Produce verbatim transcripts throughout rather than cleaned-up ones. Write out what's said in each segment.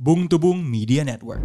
Bung Tubung Media Network.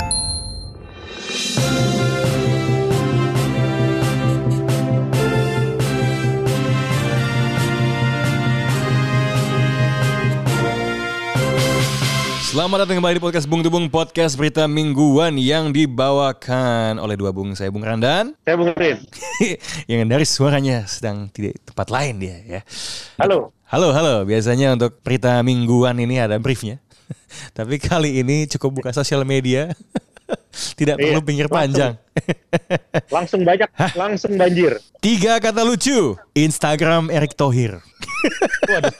Selamat datang kembali di podcast Bung Tubung, podcast berita mingguan yang dibawakan oleh dua bung. Saya Bung Randan. Saya Bung Rin. Yang dari suaranya sedang tidak tempat lain dia ya. Halo. Halo, halo. Biasanya untuk berita mingguan ini ada briefnya. Tapi kali ini cukup buka sosial media. Tidak perlu iya, pinggir langsung, panjang. Langsung banyak, Hah? langsung banjir. Tiga kata lucu. Instagram Erick Thohir. Waduh.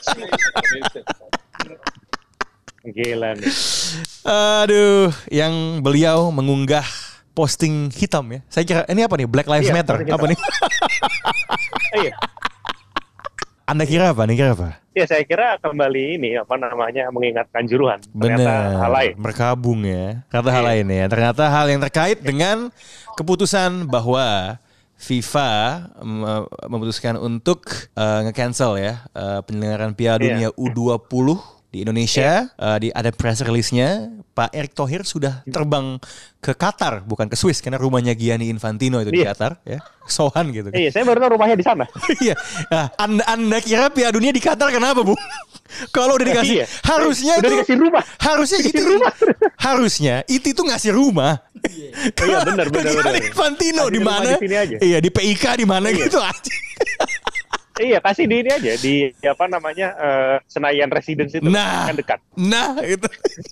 Gila nih. Aduh, yang beliau mengunggah posting hitam ya. Saya kira ini apa nih? Black Lives iya, Matter. Apa nih? Iya. Anda kira apa? Anda kira apa? Ya saya kira kembali ini apa namanya mengingatkan Juruhan. Ternyata Benar. hal lain. Berkabung ya. Ternyata iya. hal lain ya. Ternyata hal yang terkait dengan keputusan bahwa FIFA memutuskan untuk uh, nge-cancel ya uh, penyelenggaraan Piala Dunia iya. U dua puluh di Indonesia. Yeah. Uh, di ada press release-nya, Pak Erick Thohir sudah terbang ke Qatar, bukan ke Swiss karena rumahnya Gianni Infantino itu di yeah. Qatar ya. Sohan gitu kan. Iya, saya baru tahu rumahnya di sana. Iya. Nah, anda, anda kira Piala Dunia di Qatar kenapa, Bu? Kalau udah dikasih iya. harusnya udah itu dikasih rumah. Harusnya dikasih itu rumah. Harusnya itu itu ngasih rumah. Oh, iya benar benar benar. Infantino di mana? Iya, di P I K di mana iya. gitu aja. Iya, kasih di ini aja di apa namanya uh, Senayan Residence itu nah, kan dekat. Nah, itu.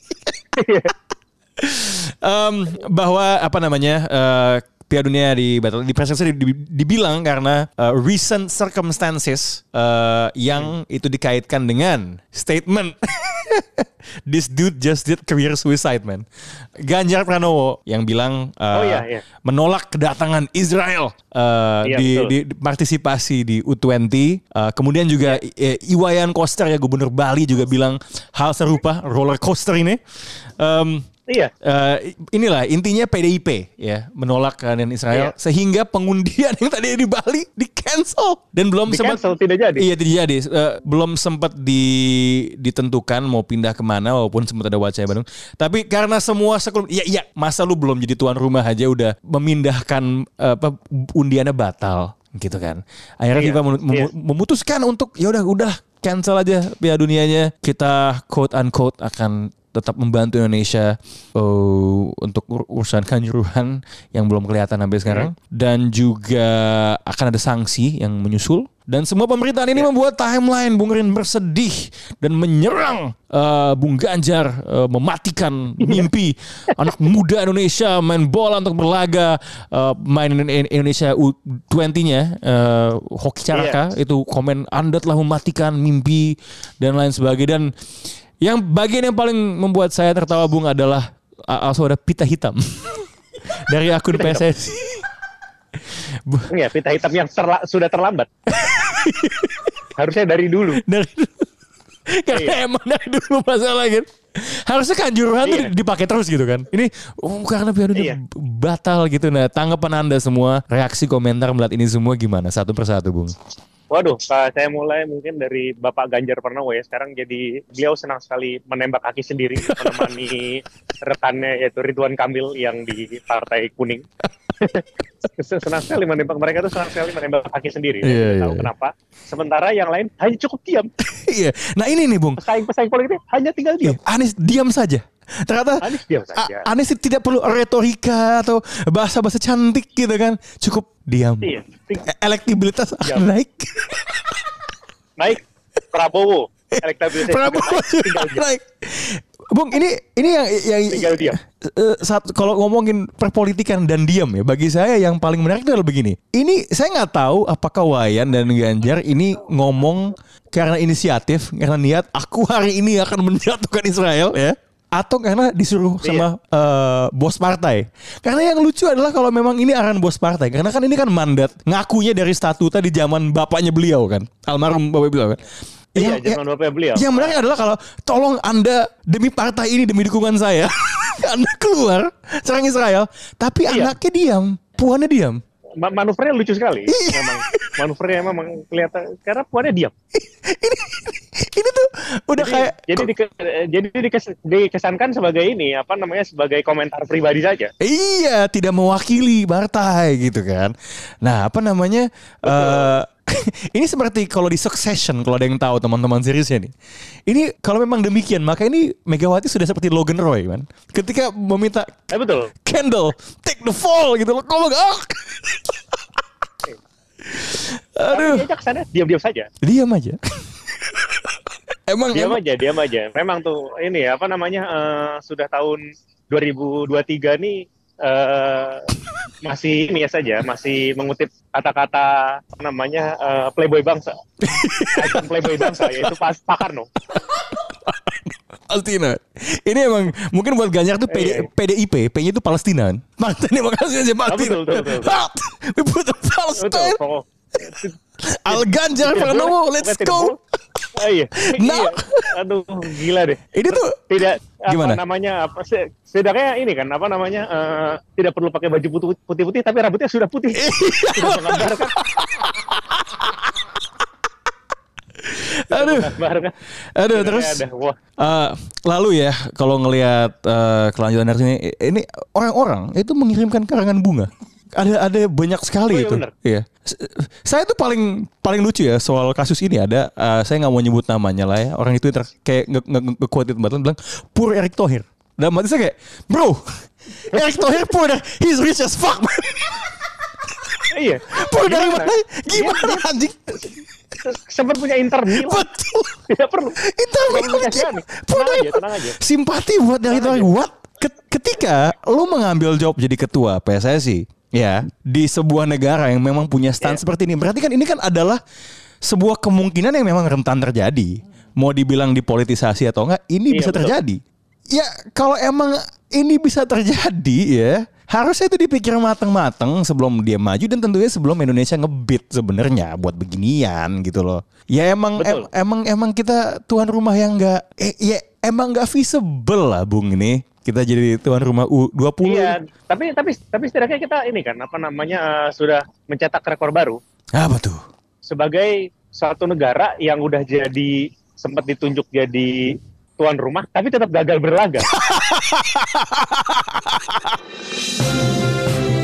um, bahwa apa namanya uh, Piala Dunia di batal di presentasi dibilang karena uh, recent circumstances uh, yang hmm. itu dikaitkan dengan statement this dude just did career suicide man. Ganjar Pranowo yang bilang uh, oh, iya, iya. menolak kedatangan Israel uh, iya, di, di partisipasi di U dua puluh. Uh, kemudian juga iya. Iwayan Koster ya Gubernur Bali juga bilang hal serupa roller coaster ini. Um, Iya. Uh, inilah intinya P D I P ya menolak kehadiran Israel iya. Sehingga pengundian yang tadi di Bali di cancel dan belum di sempat cancel, tidak jadi. Iya tidak jadi. Uh, belum sempat di, ditentukan mau pindah kemana walaupun sempat ada wacana Bandung. Tapi karena semua sekelum iya iya masa lu belum jadi tuan rumah aja udah memindahkan uh, apa undiannya batal gitu kan. Akhirnya iya. FIFA mem- iya. memutuskan untuk ya udah udah cancel aja Piala Dunianya. Kita quote unquote akan tetap membantu Indonesia uh, untuk ur- urusan kanjuruhan yang belum kelihatan sampai sekarang hmm. dan juga akan ada sanksi yang menyusul dan semua pemberitaan ini yeah. membuat timeline Bung Rin bersedih dan menyerang uh, Bung Ganjar uh, mematikan mimpi anak muda Indonesia main bola untuk berlaga uh, main Indonesia U dua puluh-nya uh, hoki caraka yeah. itu komen Anda telah mematikan mimpi dan lain sebagainya dan yang bagian yang paling membuat saya tertawa Bung adalah also ada pita hitam dari akun P S S I. Iya, pita hitam yang terla- sudah terlambat. Harusnya dari dulu. Dari dulu. Karena iya. emang dari dulu masalah kan. Harusnya kanjuruhan iya. tuh dipakai terus gitu kan. Ini oh karena Piala Dunia iya. batal gitu. Nah, tanggapan Anda semua, reaksi komentar melihat ini semua gimana satu persatu Bung? Waduh, saya mulai mungkin dari Bapak Ganjar Pranowo ya. Sekarang jadi beliau senang sekali menembak kaki sendiri menemani rekannya yaitu Ridwan Kamil yang di Partai Kuning. Senang sekali menembak mereka tuh senang sekali menembak kaki sendiri. Iya, tahu iya. kenapa? Sementara yang lain hanya cukup diam. Iya. Nah ini nih Bung. Pesaing-pesaing politik hanya tinggal diam. Iya, Anies diam saja. Ternyata Anies diam saja. A- Anies tidak perlu retorika atau bahasa-bahasa cantik gitu kan. Cukup diam. Iya. E- elektibilitas diam. naik. Naik. Prabowo. Elektabilitas Prabowo juga naik. Bung, ini ini yang yang tinggal diam. Uh, saat kalau ngomongin perpolitikan dan diam ya, bagi saya yang paling menarik adalah begini. Ini saya nggak tahu apakah Wayan dan Ganjar ini ngomong karena inisiatif, karena niat aku hari ini akan menjatuhkan Israel ya. Atau karena disuruh sama iya. uh, bos partai. Karena yang lucu adalah kalau memang ini arahan bos partai. Karena kan ini kan mandat ngakunya dari statuta di zaman bapaknya beliau kan. Almarhum bapak beliau kan. Iya, yang, zaman bapaknya beliau. Yang menarik adalah kalau tolong Anda demi partai ini, demi dukungan saya. Anda keluar serang Israel. Tapi iya. anaknya diam. Puannya diam. Ma- manuvernya lucu sekali. Memang. manuvernya memang kelihatan karena puannya diam. ini ini tuh udah Jadi, kayak jadi dike, jadi dikes- dikesankan sebagai ini apa namanya sebagai komentar pribadi saja. iya, tidak mewakili partai gitu kan. Nah, apa namanya? eh ini seperti kalau di Succession, kalau ada yang tahu teman-teman seriesnya nih. Ini kalau memang demikian, maka ini Megawati sudah seperti Logan Roy, man. Ketika meminta Eh betul. Kendall take the fall gitu loh. Kalau enggak aduh, Tapi dia kesana diam-diam saja. diam aja. emang Diam emang aja, diam aja. Memang tuh ini apa namanya eh, sudah tahun dua ribu dua puluh tiga nih eh, masih ini ya saja, masih mengutip kata-kata apa namanya eh, playboy bangsa, ikon playboy bangsa yaitu Pak Pak Karno. Palestina. Ini emang mungkin buat Ganjar tuh P D, Iya, iya. P D I P, P-nya itu Palestina. Palestina makasih aja Oh, Palestina. betul, betul, betul, betul. Halt! We put the Betul. Palestine. Pokok- Al Ganjar Tidak Pranowo, boleh, let's tidak go. boleh. Ah, iya. Nah. Iya. Aduh, gila deh. Ini tuh Tidak apa Gimana? namanya apa se- setidaknya ini kan apa namanya eh, tidak perlu pakai baju putu- putih-putih tapi rambutnya sudah putih. Sudah menggambarkan. aduh, menggambarkan. aduh Setidaknya terus. ada. Wah, eh, lalu ya kalau ngelihat eh, kelanjutan dari sini, ini orang-orang itu mengirimkan karangan bunga. Ada ada banyak sekali Oh, iya itu. benar. Iya. S- Saya tuh paling paling lucu ya soal kasus ini ada. eh, saya nggak mau nyebut namanya lah ya. Orang di Twitter kayak nge- nge- nge-quote itu bilang pur Erick Thohir. Dan mati saya kayak, bro, Erick Thohir pur, he's rich as fuck, man. iya. Pur dari Gimana? mana? Gimana anjing? Sempat punya Inter-Milan. Betul. Tidak perlu. Inter Tidak perlu Milan. kasih aneh. Pur Tenang dari aja, mana? tenang aja. Simpati buat dari Tenang Thohir. aja. What? Ket- Ketika lo mengambil job jadi ketua P S S I, ya, di sebuah negara yang memang punya stand Iya. seperti ini, berarti kan ini kan adalah sebuah kemungkinan yang memang rentan terjadi. Mau dibilang dipolitisasi atau enggak, ini Iya, bisa betul. terjadi. Ya, kalau emang ini bisa terjadi ya, harusnya itu dipikir matang-matang sebelum dia maju dan tentunya sebelum Indonesia ngebit sebenarnya buat beginian gitu loh. Ya emang Betul. em- emang emang kita tuan rumah yang enggak eh, ya emang enggak visible lah Bung ini. Kita jadi tuan rumah U dua puluh. Iya, tapi tapi tapi setidaknya kita ini kan apa namanya eh, sudah mencetak rekor baru Apa tuh? sebagai suatu negara yang udah jadi sempat ditunjuk jadi tuan rumah tapi tetap gagal berlaga.